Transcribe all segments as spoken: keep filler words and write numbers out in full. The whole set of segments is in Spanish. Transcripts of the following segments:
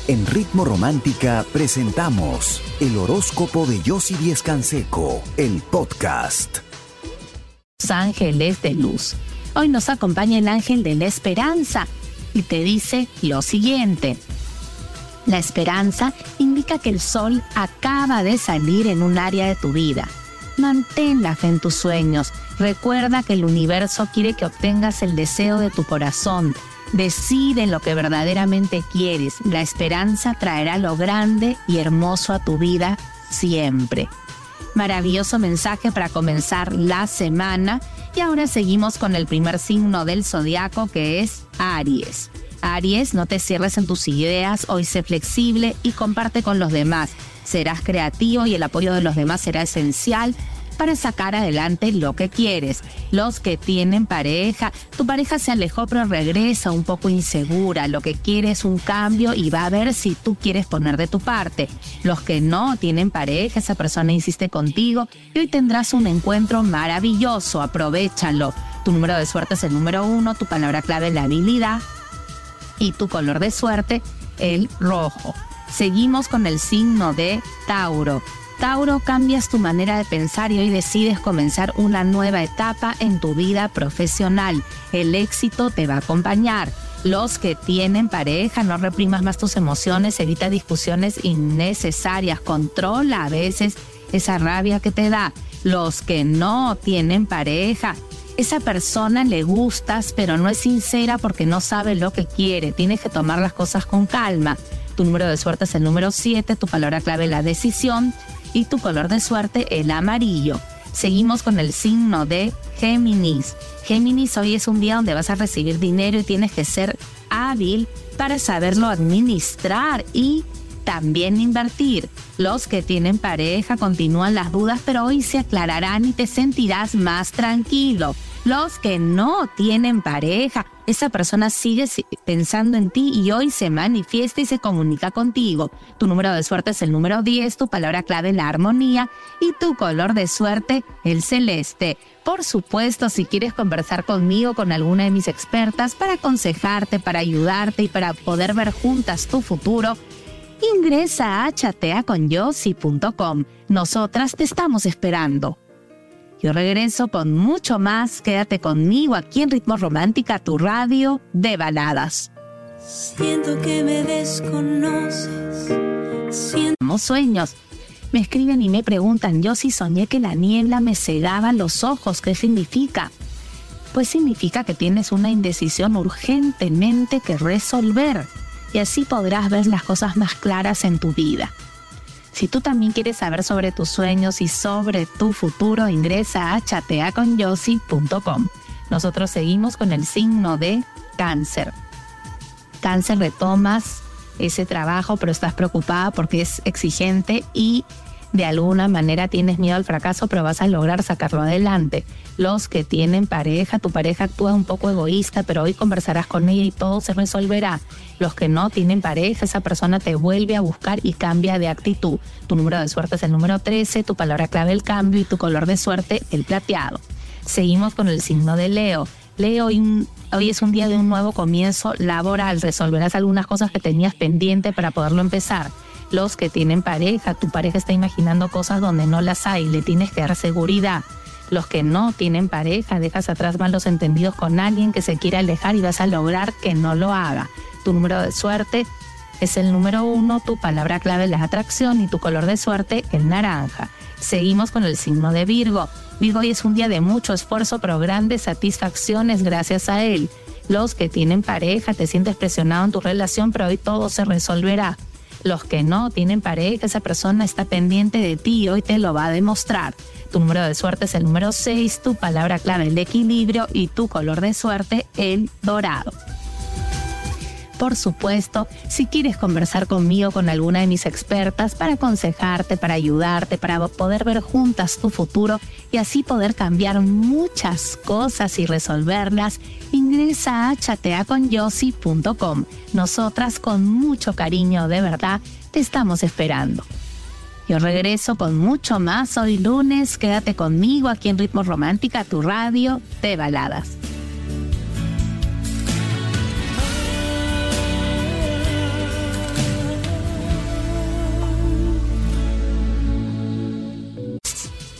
En Ritmo Romántica presentamos el horóscopo de Yossi Díez Canseco, el podcast. Ángeles de luz. Hoy nos acompaña el ángel de la esperanza y te dice lo siguiente. La esperanza indica que el sol acaba de salir en un área de tu vida. Mantén la fe en tus sueños. Recuerda que el universo quiere que obtengas el deseo de tu corazón. Decide lo que verdaderamente quieres. La esperanza traerá lo grande y hermoso a tu vida siempre. Maravilloso mensaje para comenzar la semana. Y ahora seguimos con el primer signo del zodiaco, que es Aries. Aries, no te cierres en tus ideas, hoy sé flexible y comparte con los demás. Serás creativo y el apoyo de los demás será esencial para sacar adelante lo que quieres. Los que tienen pareja, tu pareja se alejó pero regresa un poco insegura. Lo que quiere es un cambio y va a ver si tú quieres poner de tu parte. Los que no tienen pareja, esa persona insiste contigo y hoy tendrás un encuentro maravilloso. Aprovéchalo. Tu número de suerte es el número uno, tu palabra clave es la habilidad y tu color de suerte el rojo. Seguimos con el signo de Tauro. Tauro, cambias tu manera de pensar y hoy decides comenzar una nueva etapa en tu vida profesional. El éxito te va a acompañar. Los que tienen pareja, no reprimas más tus emociones, evita discusiones innecesarias, controla a veces esa rabia que te da. Los que no tienen pareja, esa persona le gustas, pero no es sincera porque no sabe lo que quiere. Tienes que tomar las cosas con calma. Tu número de suerte es el número siete, tu palabra clave la decisión y tu color de suerte el amarillo. Seguimos con el signo de Géminis. Géminis, hoy es un día donde vas a recibir dinero y tienes que ser hábil para saberlo administrar y también invertir. Los que tienen pareja continúan las dudas, pero hoy se aclararán y te sentirás más tranquilo. Los que no tienen pareja, esa persona sigue pensando en ti y hoy se manifiesta y se comunica contigo. Tu número de suerte es el número diez, tu palabra clave la armonía y tu color de suerte el celeste. Por supuesto, si quieres conversar conmigo, con alguna de mis expertas para aconsejarte, para ayudarte y para poder ver juntas tu futuro, ingresa a chatea con yossi punto com. Nosotras te estamos esperando. Yo regreso con mucho más. Quédate conmigo aquí en Ritmo Romántica, tu radio de baladas. Siento que me desconoces. Siento sueños. Me escriben y me preguntan, yo sí soñé que la niebla me cegaba los ojos. ¿Qué significa? Pues significa que tienes una indecisión urgentemente que resolver. Y así podrás ver las cosas más claras en tu vida. Si tú también quieres saber sobre tus sueños y sobre tu futuro, ingresa a chatea con yossi punto com. Nosotros seguimos con el signo de Cáncer. Cáncer, retomas ese trabajo, pero estás preocupada porque es exigente y de alguna manera tienes miedo al fracaso, pero vas a lograr sacarlo adelante. Los que tienen pareja, tu pareja actúa un poco egoísta, pero hoy conversarás con ella y todo se resolverá. Los que no tienen pareja, esa persona te vuelve a buscar y cambia de actitud. Tu número de suerte es el número trece, tu palabra clave el cambio y tu color de suerte el plateado. Seguimos con el signo de Leo. Leo, hoy, hoy es un día de un nuevo comienzo laboral. Resolverás algunas cosas que tenías pendiente para poderlo empezar. Los que tienen pareja, tu pareja está imaginando cosas donde no las hay, le tienes que dar seguridad. Los que no tienen pareja, dejas atrás malos entendidos con alguien que se quiere alejar y vas a lograr que no lo haga. Tu número de suerte es el número uno, tu palabra clave es la atracción y tu color de suerte el naranja. Seguimos con el signo de Virgo. Virgo, hoy es un día de mucho esfuerzo, pero grandes satisfacciones gracias a él. Los que tienen pareja, te sientes presionado en tu relación, pero hoy todo se resolverá. Los que no tienen pareja, esa persona está pendiente de ti y hoy te lo va a demostrar. Tu número de suerte es el número seis, tu palabra clave el equilibrio y tu color de suerte el dorado. Por supuesto, si quieres conversar conmigo, con alguna de mis expertas para aconsejarte, para ayudarte, para poder ver juntas tu futuro y así poder cambiar muchas cosas y resolverlas, ingresa a chatea con yossi punto com. Nosotras con mucho cariño, de verdad, te estamos esperando. Yo regreso con mucho más hoy lunes. Quédate conmigo aquí en Ritmo Romántica, tu radio de baladas.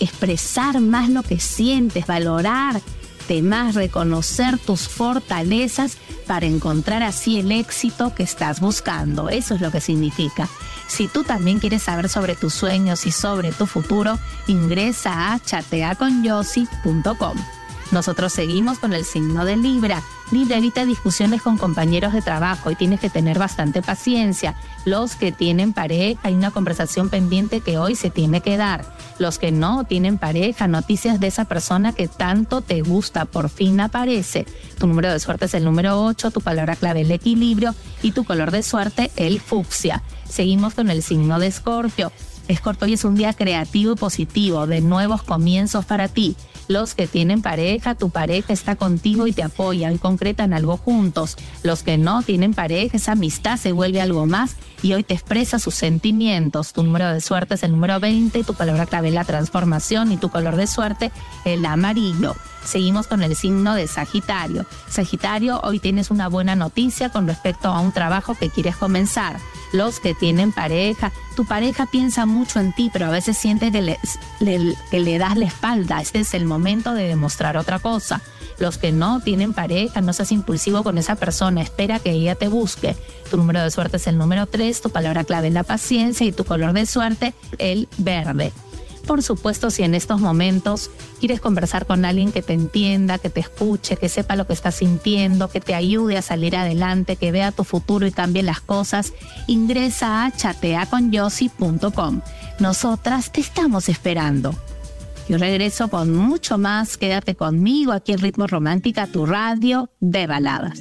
expresar más lo que sientes, valorarte más, reconocer tus fortalezas para encontrar así el éxito que estás buscando. Eso es lo que significa. Si tú también quieres saber sobre tus sueños y sobre tu futuro, ingresa a chatea con yosi punto com. Nosotros seguimos con el signo de Libra. Libra evita discusiones con compañeros de trabajo y tienes que tener bastante paciencia. Los que tienen pareja, hay una conversación pendiente que hoy se tiene que dar. Los que no tienen pareja, noticias de esa persona que tanto te gusta, por fin aparece. Tu número de suerte es el número ocho, tu palabra clave el equilibrio y tu color de suerte el fucsia. Seguimos con el signo de Escorpio. Escorpio, hoy es un día creativo y positivo, de nuevos comienzos para ti. Los que tienen pareja, tu pareja está contigo y te apoya y concretan algo juntos. Los que no tienen pareja, esa amistad se vuelve algo más y hoy te expresa sus sentimientos. Tu número de suerte es el número veinte, tu palabra clave es la transformación y tu color de suerte el amarillo. Seguimos con el signo de Sagitario. Sagitario, hoy tienes una buena noticia con respecto a un trabajo que quieres comenzar. Los que tienen pareja, tu pareja piensa mucho en ti, pero a veces sientes que le, le, que le das la espalda. Este es el momento de demostrar otra cosa. Los que no tienen pareja, no seas impulsivo con esa persona, espera que ella te busque. Tu número de suerte es el número tres, tu palabra clave es la paciencia y tu color de suerte el verde. Por supuesto, si en estos momentos quieres conversar con alguien que te entienda, que te escuche, que sepa lo que estás sintiendo, que te ayude a salir adelante, que vea tu futuro y cambie las cosas, ingresa a chatea con yosi punto com. Nosotras te estamos esperando. Yo regreso con mucho más. Quédate conmigo aquí en Ritmo Romántica, tu radio de baladas.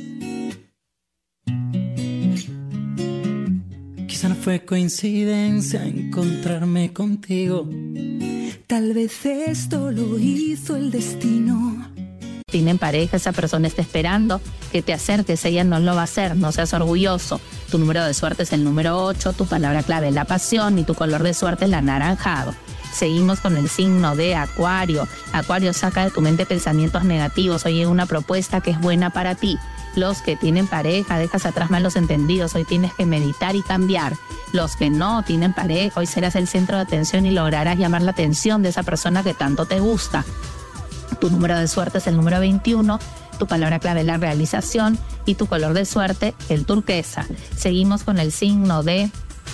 Quizá no fue coincidencia encontrarme contigo. Tal vez esto lo hizo el destino. Tienen pareja, esa persona está esperando que te acerques, ella no lo va a hacer, no seas orgulloso. Tu número de suerte es el número ocho, tu palabra clave es la pasión y tu color de suerte es el anaranjado. Seguimos con el signo de Acuario. Acuario, saca de tu mente pensamientos negativos. Hoy hay una propuesta que es buena para ti. Los que tienen pareja, dejas atrás malos entendidos. Hoy tienes que meditar y cambiar. Los que no tienen pareja, hoy serás el centro de atención y lograrás llamar la atención de esa persona que tanto te gusta. Tu número de suerte es el número veintiuno. Tu palabra clave es la realización y tu color de suerte el turquesa. Seguimos con el signo de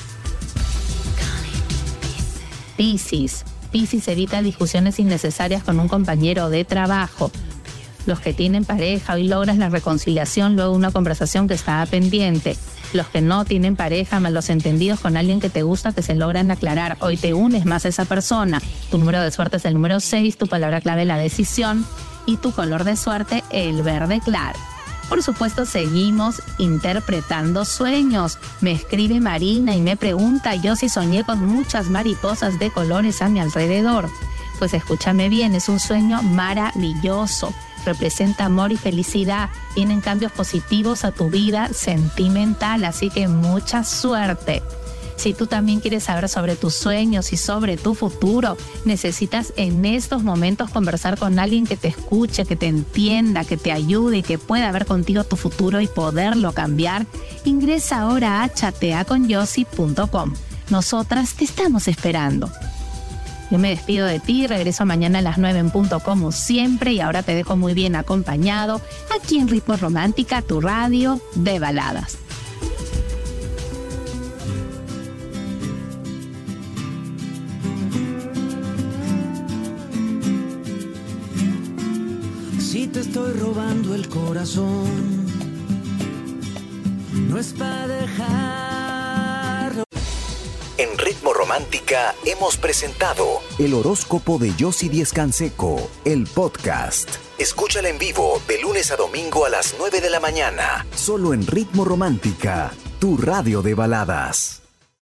Piscis. Piscis, evita discusiones innecesarias con un compañero de trabajo. Los que tienen pareja, hoy logras la reconciliación luego de una conversación que estaba pendiente. Los que no tienen pareja, malos entendidos con alguien que te gusta, que se logran aclarar. Hoy te unes más a esa persona. Tu número de suerte es el número seis, tu palabra clave la decisión y tu color de suerte el verde claro. Por supuesto, seguimos interpretando sueños. Me escribe Marina y me pregunta, yo sí soñé con muchas mariposas de colores a mi alrededor. Pues escúchame bien, es un sueño maravilloso. Representa amor y felicidad. Vienen cambios positivos a tu vida sentimental, así que mucha suerte. Si tú también quieres saber sobre tus sueños y sobre tu futuro, necesitas en estos momentos conversar con alguien que te escuche, que te entienda, que te ayude y que pueda ver contigo tu futuro y poderlo cambiar. Ingresa ahora a chatea con yosi punto com. Nosotras te estamos esperando. Yo me despido de ti, regreso mañana a las nueve en punto como siempre y ahora te dejo muy bien acompañado aquí en Ritmo Romántica, tu radio de baladas. Si te estoy robando el corazón, no es para dejarlo. En Ritmo Romántica hemos presentado el horóscopo de Yosi Díez Canseco, el podcast. Escúchala en vivo de lunes a domingo a las nueve de la mañana, solo en Ritmo Romántica, tu radio de baladas.